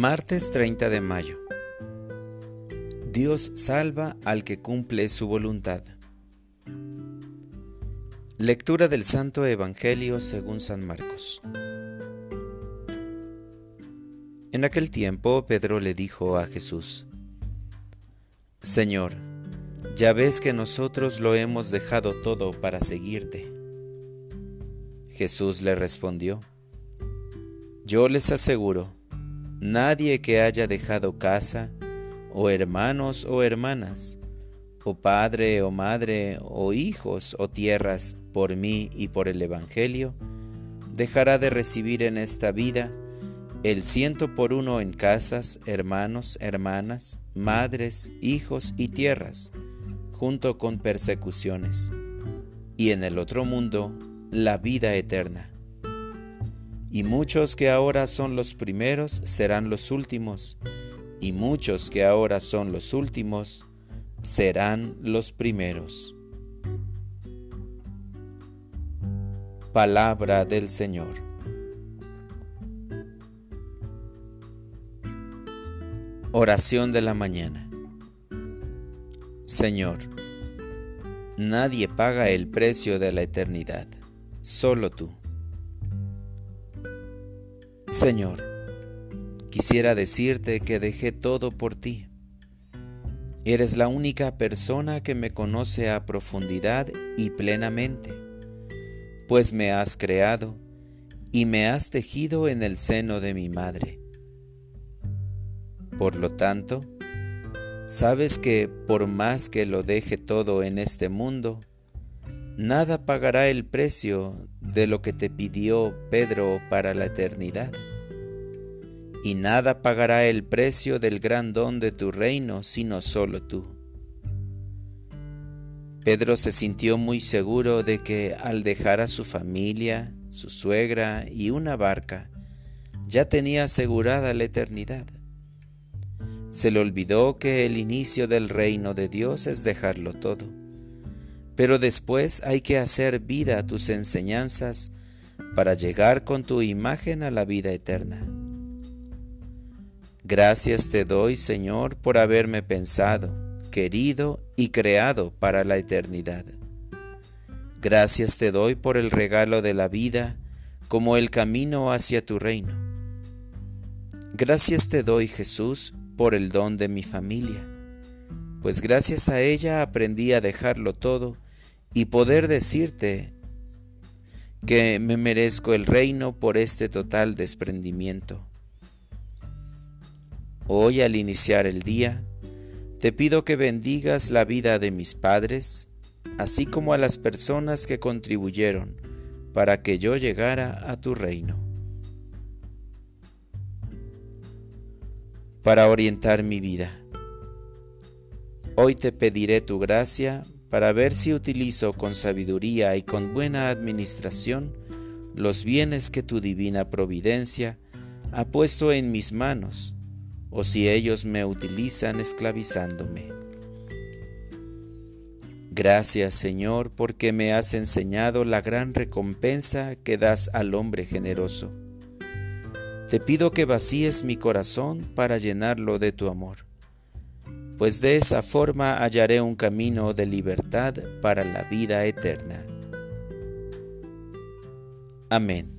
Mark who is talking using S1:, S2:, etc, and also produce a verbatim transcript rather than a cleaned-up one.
S1: Martes treinta de mayo. Dios salva al que cumple su voluntad. Lectura del Santo Evangelio según San Marcos. En aquel tiempo Pedro le dijo a Jesús: Señor, ya ves que nosotros lo hemos dejado todo para seguirte. Jesús le respondió: Yo les aseguro, nadie que haya dejado casa, o hermanos o hermanas, o padre o madre, o hijos o tierras, por mí y por el Evangelio, dejará de recibir en esta vida el ciento por uno en casas, hermanos, hermanas, madres, hijos y tierras, junto con persecuciones, y en el otro mundo la vida eterna. Y muchos que ahora son los primeros serán los últimos, y muchos que ahora son los últimos serán los primeros. Palabra del Señor. Oración de la mañana. Señor, nadie paga el precio de la eternidad, solo tú. Señor, quisiera decirte que dejé todo por ti. Eres la única persona que me conoce a profundidad y plenamente, pues me has creado y me has tejido en el seno de mi madre. Por lo tanto, sabes que por más que lo deje todo en este mundo, nada pagará el precio de lo que te pidió Pedro para la eternidad. Y nada pagará el precio del gran don de tu reino, sino solo tú. Pedro se sintió muy seguro de que al dejar a su familia, su suegra y una barca, ya tenía asegurada la eternidad. Se le olvidó que el inicio del reino de Dios es dejarlo todo. Pero después hay que hacer vida a tus enseñanzas para llegar con tu imagen a la vida eterna. Gracias te doy, Señor, por haberme pensado, querido y creado para la eternidad. Gracias te doy por el regalo de la vida como el camino hacia tu reino. Gracias te doy, Jesús, por el don de mi familia, pues gracias a ella aprendí a dejarlo todo y poder decirte que me merezco el reino por este total desprendimiento. Hoy, al iniciar el día, te pido que bendigas la vida de mis padres, así como a las personas que contribuyeron para que yo llegara a tu reino. Para orientar mi vida, hoy te pediré tu gracia para ver si utilizo con sabiduría y con buena administración los bienes que tu divina providencia ha puesto en mis manos, o si ellos me utilizan esclavizándome. Gracias, Señor, porque me has enseñado la gran recompensa que das al hombre generoso. Te pido que vacíes mi corazón para llenarlo de tu amor, pues de esa forma hallaré un camino de libertad para la vida eterna. Amén.